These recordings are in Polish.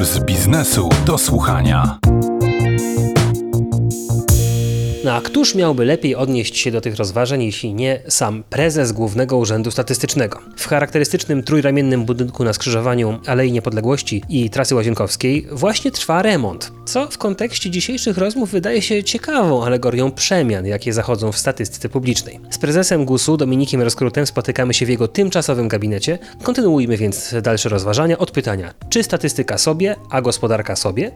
z biznesu do słuchania. No a któż miałby lepiej odnieść się do tych rozważań, jeśli nie sam prezes Głównego Urzędu Statystycznego? W charakterystycznym trójramiennym budynku na skrzyżowaniu Alei Niepodległości i Trasy Łazienkowskiej właśnie trwa remont, co w kontekście dzisiejszych rozmów wydaje się ciekawą alegorią przemian, jakie zachodzą w statystyce publicznej. Z prezesem GUS-u Dominikiem Roskrutem spotykamy się w jego tymczasowym gabinecie. Kontynuujmy więc dalsze rozważania od pytania, czy statystyka sobie, a gospodarka sobie?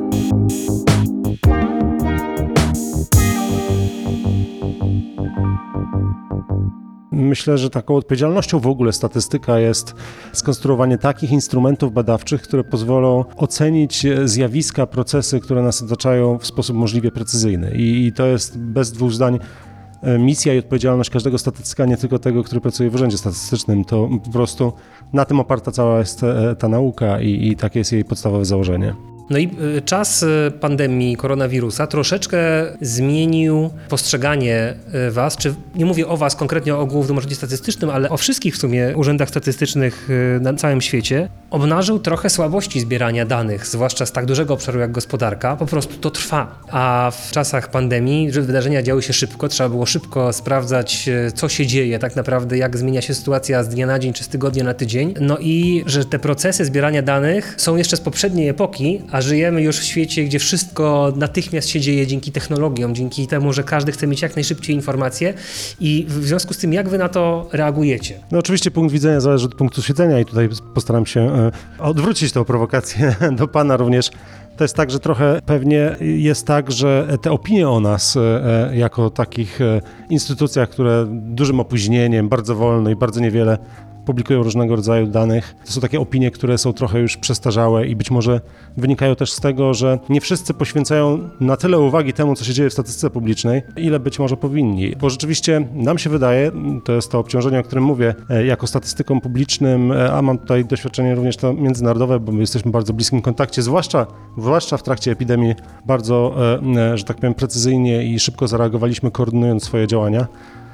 Myślę, że taką odpowiedzialnością w ogóle statystyka jest skonstruowanie takich instrumentów badawczych, które pozwolą ocenić zjawiska, procesy, które nas otaczają w sposób możliwie precyzyjny. I to jest bez dwóch zdań misja i odpowiedzialność każdego statystyka, nie tylko tego, który pracuje w Urzędzie Statystycznym. To po prostu na tym oparta cała jest ta nauka i takie jest jej podstawowe założenie. No i czas pandemii koronawirusa troszeczkę zmienił postrzeganie was, czy nie mówię o was konkretnie o Głównym Urzędzie Statystycznym, ale o wszystkich w sumie urzędach statystycznych na całym świecie, obnażył trochę słabości zbierania danych, zwłaszcza z tak dużego obszaru jak gospodarka. Po prostu to trwa. A w czasach pandemii, że wydarzenia działy się szybko, trzeba było szybko sprawdzać, co się dzieje tak naprawdę, jak zmienia się sytuacja z dnia na dzień, czy z tygodnia na tydzień. No i że te procesy zbierania danych są jeszcze z poprzedniej epoki, a żyjemy już w świecie, gdzie wszystko natychmiast się dzieje dzięki technologiom, dzięki temu, że każdy chce mieć jak najszybciej informacje i w związku z tym, jak wy na to reagujecie? No oczywiście punkt widzenia zależy od punktu siedzenia i tutaj postaram się odwrócić tę prowokację do pana również. To jest tak, że trochę pewnie jest tak, że te opinie o nas jako takich instytucjach, które dużym opóźnieniem, bardzo wolno i bardzo niewiele publikują różnego rodzaju danych. To są takie opinie, które są trochę już przestarzałe i być może wynikają też z tego, że nie wszyscy poświęcają na tyle uwagi temu, co się dzieje w statystyce publicznej, ile być może powinni. Bo rzeczywiście nam się wydaje, to jest to obciążenie, o którym mówię, jako statystykom publicznym, a mam tutaj doświadczenie również to międzynarodowe, bo my jesteśmy w bardzo bliskim kontakcie, zwłaszcza w trakcie epidemii, bardzo, że tak powiem, precyzyjnie i szybko zareagowaliśmy, koordynując swoje działania,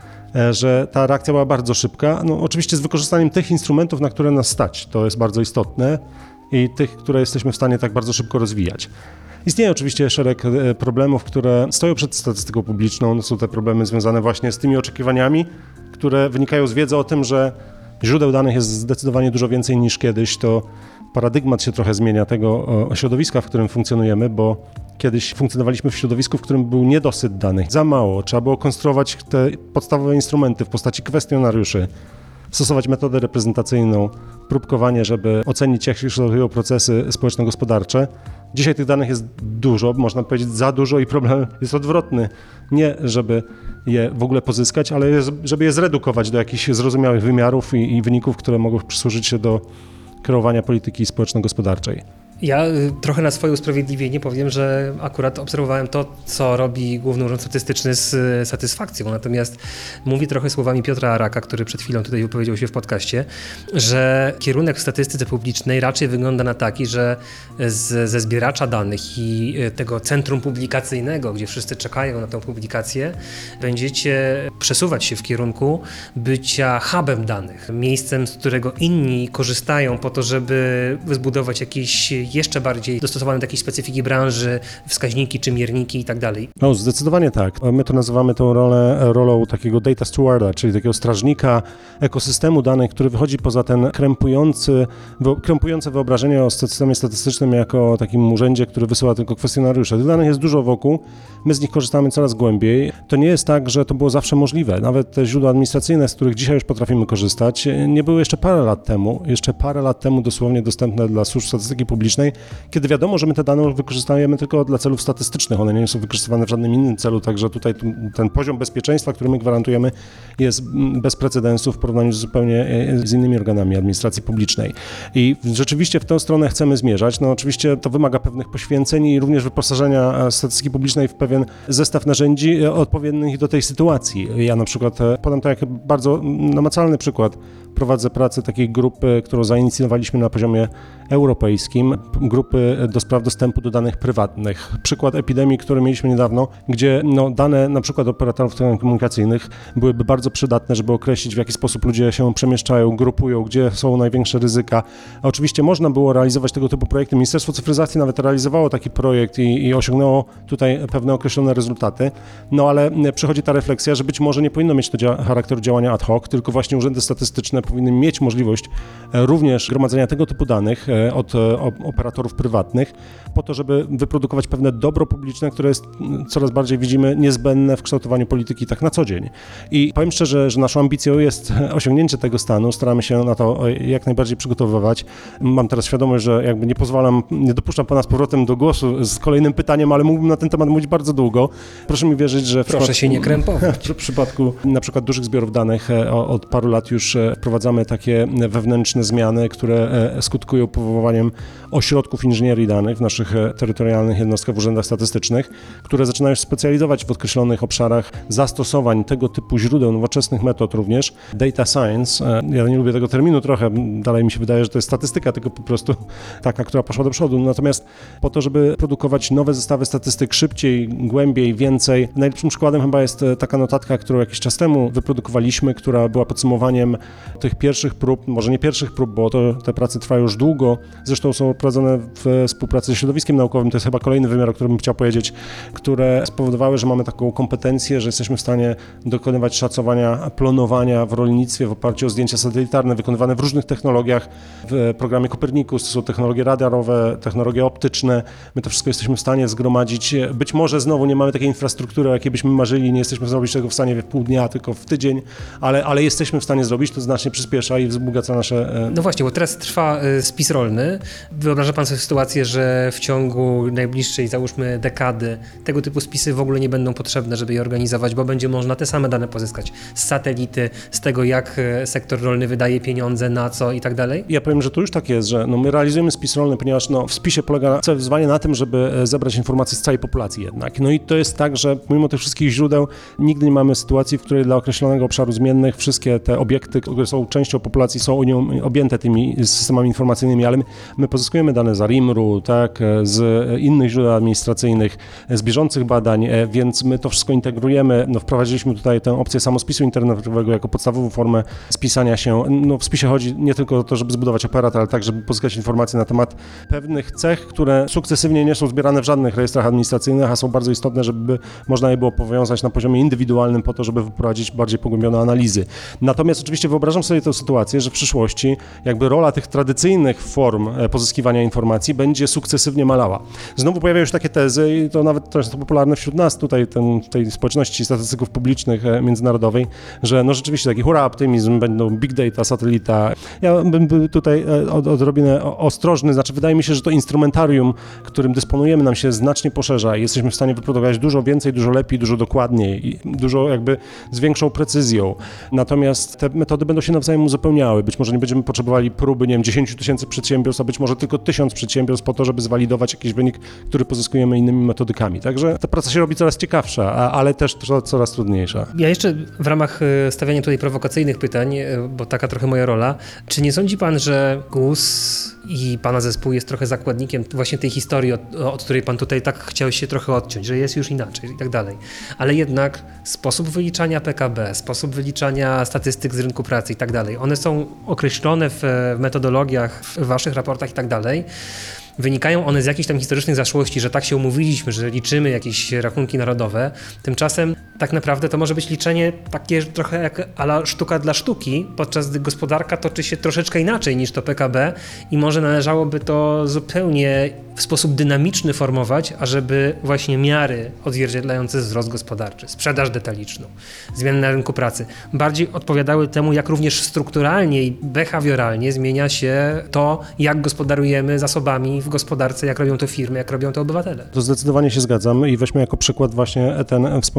że ta reakcja była bardzo szybka, no oczywiście z wykorzystaniem tych instrumentów, na które nas stać, to jest bardzo istotne i tych, które jesteśmy w stanie tak bardzo szybko rozwijać. Istnieje oczywiście szereg problemów, które stoją przed statystyką publiczną, są te problemy związane właśnie z tymi oczekiwaniami, które wynikają z wiedzy o tym, że źródeł danych jest zdecydowanie dużo więcej niż kiedyś, to paradygmat się trochę zmienia tego środowiska, w którym funkcjonujemy, bo kiedyś funkcjonowaliśmy w środowisku, w którym był niedosyt danych, za mało, trzeba było konstruować te podstawowe instrumenty w postaci kwestionariuszy, stosować metodę reprezentacyjną, próbkowanie, żeby ocenić, jak się kształtują procesy społeczno-gospodarcze. Dzisiaj tych danych jest dużo, można powiedzieć za dużo i problem jest odwrotny. Nie, żeby je w ogóle pozyskać, ale żeby je zredukować do jakichś zrozumiałych wymiarów i wyników, które mogą przysłużyć się do kreowania polityki społeczno-gospodarczej. Ja trochę na swoje usprawiedliwienie powiem, że akurat obserwowałem to, co robi Główny Urząd Statystyczny z satysfakcją. Natomiast mówię trochę słowami Piotra Araka, który przed chwilą tutaj wypowiedział się w podcaście, że kierunek w statystyce publicznej raczej wygląda na taki, że ze zbieracza danych i tego centrum publikacyjnego, gdzie wszyscy czekają na tę publikację, będziecie przesuwać się w kierunku bycia hubem danych, miejscem, z którego inni korzystają po to, żeby zbudować jakieś jeszcze bardziej dostosowane do jakiejś specyfiki branży, wskaźniki czy mierniki i tak dalej. No, zdecydowanie tak. My to nazywamy tą rolą takiego data stewarda, czyli takiego strażnika ekosystemu danych, który wychodzi poza ten krępujące wyobrażenie o systemie statystycznym jako takim urzędzie, który wysyła tylko kwestionariusze. Tych danych jest dużo wokół, my z nich korzystamy coraz głębiej. To nie jest tak, że to było zawsze możliwe. Nawet te źródła administracyjne, z których dzisiaj już potrafimy korzystać, nie były jeszcze parę lat temu dosłownie dostępne dla służb statystyki publicznej, kiedy wiadomo, że my te dane wykorzystujemy tylko dla celów statystycznych, one nie są wykorzystywane w żadnym innym celu, także tutaj ten poziom bezpieczeństwa, który my gwarantujemy, jest bez precedensu w porównaniu zupełnie z innymi organami administracji publicznej. I rzeczywiście w tę stronę chcemy zmierzać. No oczywiście to wymaga pewnych poświęceń i również wyposażenia statystyki publicznej w pewien zestaw narzędzi odpowiednich do tej sytuacji. Ja na przykład podam to jak bardzo namacalny przykład. prowadzę pracę takiej grupy, którą zainicjowaliśmy na poziomie europejskim, grupy do spraw dostępu do danych prywatnych. Przykład epidemii, który mieliśmy niedawno, gdzie dane na przykład operatorów telekomunikacyjnych byłyby bardzo przydatne, żeby określić, w jaki sposób ludzie się przemieszczają, grupują, gdzie są największe ryzyka. A oczywiście można było realizować tego typu projekty. Ministerstwo Cyfryzacji nawet realizowało taki projekt i osiągnęło tutaj pewne określone rezultaty, ale przychodzi ta refleksja, że być może nie powinno mieć to charakteru działania ad hoc, tylko właśnie urzędy statystyczne powinny mieć możliwość również gromadzenia tego typu danych od operatorów prywatnych, po to, żeby wyprodukować pewne dobro publiczne, które jest coraz bardziej, widzimy, niezbędne w kształtowaniu polityki tak na co dzień. I powiem szczerze, że naszą ambicją jest osiągnięcie tego stanu, staramy się na to jak najbardziej przygotowywać. Mam teraz świadomość, że jakby nie dopuszczam pana z powrotem do głosu z kolejnym pytaniem, ale mógłbym na ten temat mówić bardzo długo. Proszę mi wierzyć, że Proszę się nie krępować. W przypadku na przykład dużych zbiorów danych od paru lat już wprowadzamy takie wewnętrzne zmiany, które skutkują powoływaniem ośrodków inżynierii danych w naszych terytorialnych jednostkach w urzędach statystycznych, które zaczynają się specjalizować w określonych obszarach zastosowań tego typu źródeł, nowoczesnych metod również. Data science, ja nie lubię tego terminu trochę, dalej mi się wydaje, że to jest statystyka, tylko po prostu taka, która poszła do przodu. Natomiast po to, żeby produkować nowe zestawy statystyk szybciej, głębiej, więcej. Najlepszym przykładem chyba jest taka notatka, którą jakiś czas temu wyprodukowaliśmy, która była podsumowaniem tych pierwszych prób, może nie pierwszych prób, bo te prace trwają już długo, zresztą są prowadzone w współpracy ze środowiskiem naukowym, to jest chyba kolejny wymiar, o którym bym chciał powiedzieć, które spowodowały, że mamy taką kompetencję, że jesteśmy w stanie dokonywać szacowania, planowania w rolnictwie w oparciu o zdjęcia satelitarne wykonywane w różnych technologiach. W programie Copernicus to są technologie radarowe, technologie optyczne. My to wszystko jesteśmy w stanie zgromadzić. Być może znowu nie mamy takiej infrastruktury, o jakiej byśmy marzyli, nie jesteśmy zrobić tego w stanie w pół dnia, tylko w tydzień, ale jesteśmy w stanie zrobić, to znacznie przyspiesza i wzbogaca nasze... No właśnie, bo teraz trwa spis rolny. Wyobraża pan sobie sytuację, że w ciągu najbliższej, załóżmy, dekady tego typu spisy w ogóle nie będą potrzebne, żeby je organizować, bo będzie można te same dane pozyskać z satelity, z tego, jak sektor rolny wydaje pieniądze, na co i tak dalej? Ja powiem, że to już tak jest, że my realizujemy spis rolny, ponieważ w spisie polega całe wyzwanie na tym, żeby zebrać informacje z całej populacji jednak. No i to jest tak, że mimo tych wszystkich źródeł nigdy nie mamy sytuacji, w której dla określonego obszaru zmiennych wszystkie te obiekty, które są częścią populacji, są nią objęte tymi systemami informacyjnymi, ale my pozyskujemy dane z ARIMR-u, tak, z innych źródeł administracyjnych, z bieżących badań, więc my to wszystko integrujemy. Wprowadziliśmy tutaj tę opcję samospisu internetowego jako podstawową formę spisania się. W spisie chodzi nie tylko o to, żeby zbudować aparat, ale tak, żeby pozyskać informacje na temat pewnych cech, które sukcesywnie nie są zbierane w żadnych rejestrach administracyjnych, a są bardzo istotne, żeby można je było powiązać na poziomie indywidualnym po to, żeby wyprowadzić bardziej pogłębione analizy. Natomiast oczywiście wyobrażam sobie tę sytuację, że w przyszłości jakby rola tych tradycyjnych form pozyskiwania informacji będzie sukcesywnie malała. Znowu pojawiają się takie tezy i to nawet jest popularne wśród nas tutaj, tej społeczności statystyków publicznych międzynarodowej, że rzeczywiście taki hura optymizm, będą big data, satelita. Ja bym był tutaj odrobinę ostrożny, znaczy wydaje mi się, że to instrumentarium, którym dysponujemy, nam się znacznie poszerza i jesteśmy w stanie wyprodukować dużo więcej, dużo lepiej, dużo dokładniej i dużo jakby z większą precyzją. Natomiast te metody będą się nawzajem uzupełniały. Być może nie będziemy potrzebowali próby, 10 000 przedsiębiorstw, a być może tylko 1000 przedsiębiorstw po to, żeby zwalidować jakiś wynik, który pozyskujemy innymi metodykami. Także ta praca się robi coraz ciekawsza, ale też coraz trudniejsza. Ja jeszcze w ramach stawiania tutaj prowokacyjnych pytań, bo taka trochę moja rola, czy nie sądzi pan, że GUS i pana zespół jest trochę zakładnikiem właśnie tej historii, od której pan tutaj tak chciał się trochę odciąć, że jest już inaczej i tak dalej. Ale jednak sposób wyliczania PKB, sposób wyliczania statystyk z rynku pracy i tak dalej, one są określone w metodologiach, w waszych raportach i tak dalej. Wynikają one z jakichś tam historycznych zaszłości, że tak się umówiliśmy, że liczymy jakieś rachunki narodowe. Tymczasem tak naprawdę to może być liczenie takie trochę jak a la sztuka dla sztuki, podczas gdy gospodarka toczy się troszeczkę inaczej niż to PKB i może należałoby to zupełnie w sposób dynamiczny formować, ażeby właśnie miary odzwierciedlające wzrost gospodarczy, sprzedaż detaliczną, zmiany na rynku pracy bardziej odpowiadały temu, jak również strukturalnie i behawioralnie zmienia się to, jak gospodarujemy zasobami w gospodarce, jak robią to firmy, jak robią to obywatele. To zdecydowanie się zgadzam i weźmy jako przykład właśnie ten wspomniany produkt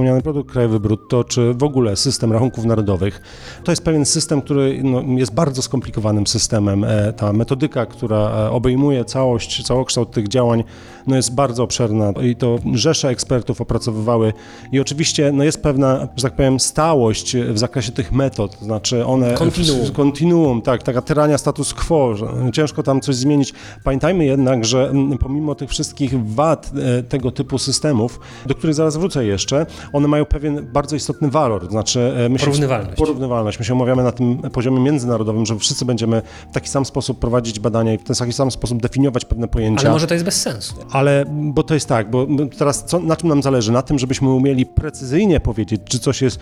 produkt krajowy brutto, czy w ogóle system rachunków narodowych. To jest pewien system, który jest bardzo skomplikowanym systemem. Ta metodyka, która obejmuje całokształt tych działań, jest bardzo obszerna i to rzesze ekspertów opracowywały i oczywiście jest pewna, że tak powiem, stałość w zakresie tych metod, to znaczy one... Kontinuum, tak, taka tyrania status quo, że ciężko tam coś zmienić. Pamiętajmy jednak, że pomimo tych wszystkich wad tego typu systemów, do których zaraz wrócę jeszcze, one mają pewien bardzo istotny walor, to znaczy porównywalność. My się umawiamy na tym poziomie międzynarodowym, że wszyscy będziemy w taki sam sposób prowadzić badania i w ten taki sam sposób definiować pewne pojęcia. Ale może to jest bez sensu. Ale, bo to jest tak, bo teraz na czym nam zależy? Na tym, żebyśmy umieli precyzyjnie powiedzieć, czy coś jest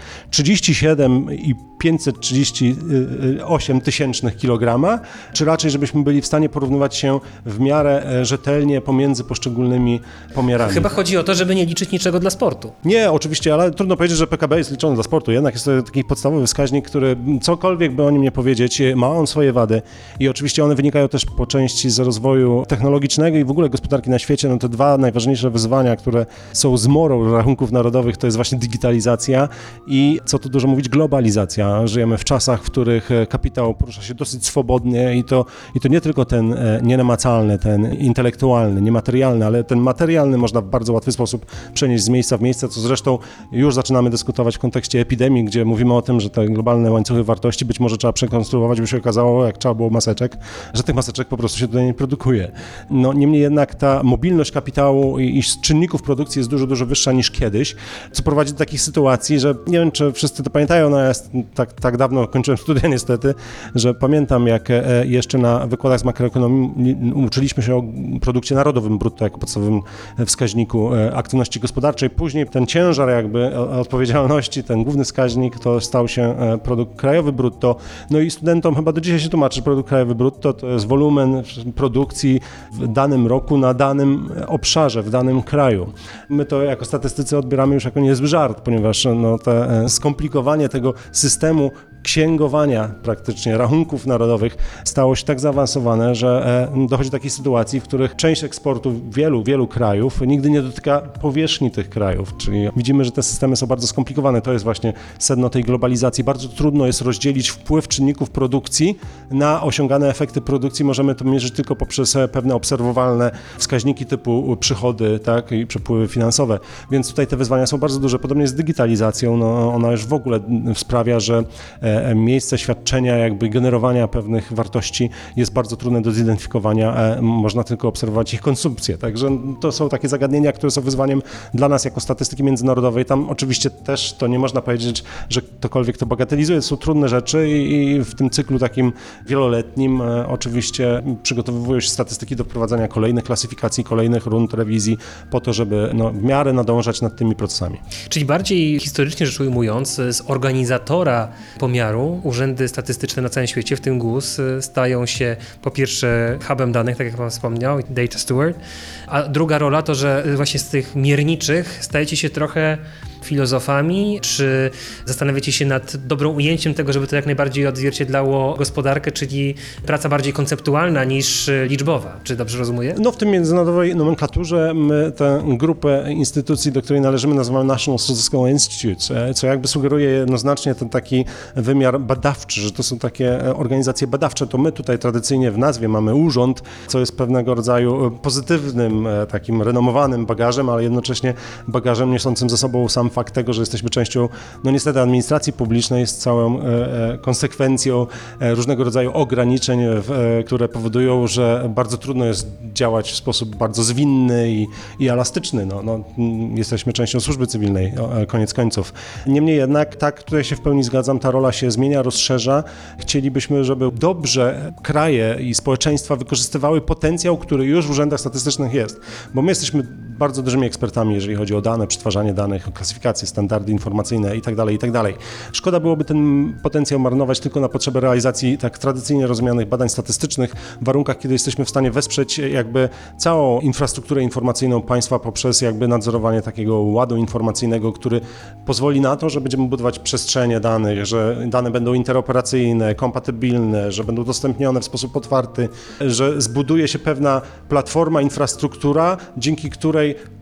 37,538 tysięcznych kilograma, czy raczej, żebyśmy byli w stanie porównywać się w miarę rzetelnie pomiędzy poszczególnymi pomiarami. Chyba chodzi o to, żeby nie liczyć niczego dla sportu. Nie, oczywiście, ale trudno powiedzieć, że PKB jest liczony dla sportu. Jednak jest to taki podstawowy wskaźnik, który cokolwiek by o nim nie powiedzieć, ma on swoje wady i oczywiście one wynikają też po części z rozwoju technologicznego i w ogóle gospodarki na świecie. Te dwa najważniejsze wyzwania, które są zmorą rachunków narodowych, to jest właśnie digitalizacja i, co tu dużo mówić, globalizacja. Żyjemy w czasach, w których kapitał porusza się dosyć swobodnie i to nie tylko ten nienamacalny, ten intelektualny, niematerialny, ale ten materialny można w bardzo łatwy sposób przenieść z miejsca w miejsce, co zresztą już zaczynamy dyskutować w kontekście epidemii, gdzie mówimy o tym, że te globalne łańcuchy wartości być może trzeba przekonstruować, by się okazało, jak trzeba było maseczek, że tych maseczek po prostu się tutaj nie produkuje. Niemniej jednak ta mobilność kapitału i czynników produkcji jest dużo, dużo wyższa niż kiedyś, co prowadzi do takich sytuacji, że nie wiem, czy wszyscy to pamiętają, ja tak dawno kończyłem studia niestety, że pamiętam, jak jeszcze na wykładach z makroekonomii uczyliśmy się o produkcie narodowym brutto jako podstawowym wskaźniku aktywności gospodarczej. Później ten ciężar jakby odpowiedzialności, ten główny wskaźnik to stał się produkt krajowy brutto. I studentom chyba do dzisiaj się tłumaczy, że produkt krajowy brutto to jest wolumen produkcji w danym roku na danym obszarze, w danym kraju. My to jako statystycy odbieramy już jako niezły żart, ponieważ skomplikowanie tego systemu księgowania praktycznie rachunków narodowych stało się tak zaawansowane, że dochodzi do takiej sytuacji, w których część eksportu wielu krajów nigdy nie dotyka powierzchni tych krajów, czyli widzimy, że te systemy są bardzo skomplikowane. To jest właśnie sedno tej globalizacji. Bardzo trudno jest rozdzielić wpływ czynników produkcji na osiągane efekty produkcji. Możemy to mierzyć tylko poprzez pewne obserwowalne wskaźniki typu przychody, tak, i przepływy finansowe. Więc tutaj te wyzwania są bardzo duże. Podobnie z digitalizacją, ona już w ogóle sprawia, że miejsce świadczenia, jakby generowania pewnych wartości jest bardzo trudne do zidentyfikowania. Można tylko obserwować ich konsumpcję. Także to są takie zagadnienia, które są wyzwaniem dla nas jako statystyki międzynarodowej. Tam oczywiście też to nie można powiedzieć, że ktokolwiek to bagatelizuje. To są trudne rzeczy i w tym cyklu takim wieloletnim oczywiście przygotowują się statystyki do wprowadzania kolejnych klasyfikacji, kolejnych rund rewizji po to, żeby w miarę nadążać nad tymi procesami. Czyli bardziej historycznie rzecz ujmując, z organizatora pomiaru urzędy statystyczne na całym świecie, w tym GUS, stają się po pierwsze hubem danych, tak jak pan wspomniał, data steward, a druga rola to, że właśnie z tych mierniczych stajecie się trochę filozofami, czy zastanawiacie się nad dobrym ujęciem tego, żeby to jak najbardziej odzwierciedlało gospodarkę, czyli praca bardziej konceptualna niż liczbowa. Czy dobrze rozumuję? W tym międzynarodowej nomenklaturze my tę grupę instytucji, do której należymy, nazywamy National Statistical Institute, co jakby sugeruje jednoznacznie ten taki wymiar badawczy, że to są takie organizacje badawcze. To my tutaj tradycyjnie w nazwie mamy urząd, co jest pewnego rodzaju pozytywnym, takim renomowanym bagażem, ale jednocześnie bagażem niosącym ze sobą sam fakt tego, że jesteśmy częścią, niestety, administracji publicznej, jest całą konsekwencją różnego rodzaju ograniczeń, które powodują, że bardzo trudno jest działać w sposób bardzo zwinny i elastyczny. Jesteśmy częścią służby cywilnej, koniec końców. Niemniej jednak, tak, tutaj się w pełni zgadzam, ta rola się zmienia, rozszerza. Chcielibyśmy, żeby dobrze kraje i społeczeństwa wykorzystywały potencjał, który już w urzędach statystycznych jest, bo my jesteśmy bardzo dużymi ekspertami, jeżeli chodzi o dane, przetwarzanie danych, o klasyfikacje, standardy informacyjne itd. Szkoda byłoby ten potencjał marnować tylko na potrzeby realizacji tak tradycyjnie rozumianych badań statystycznych w warunkach, kiedy jesteśmy w stanie wesprzeć jakby całą infrastrukturę informacyjną państwa poprzez jakby nadzorowanie takiego ładu informacyjnego, który pozwoli na to, że będziemy budować przestrzenie danych, że dane będą interoperacyjne, kompatybilne, że będą udostępnione w sposób otwarty, że zbuduje się pewna platforma, infrastruktura, dzięki której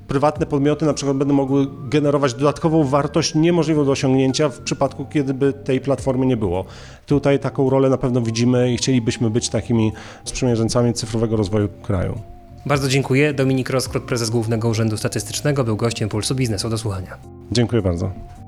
prywatne podmioty na przykład będą mogły generować dodatkową wartość niemożliwą do osiągnięcia w przypadku, kiedy by tej platformy nie było. Tutaj taką rolę na pewno widzimy i chcielibyśmy być takimi sprzymierzeńcami cyfrowego rozwoju kraju. Bardzo dziękuję. Dominik Roskrot, prezes Głównego Urzędu Statystycznego, był gościem Pulsu Biznesu. Do słuchania. Dziękuję bardzo.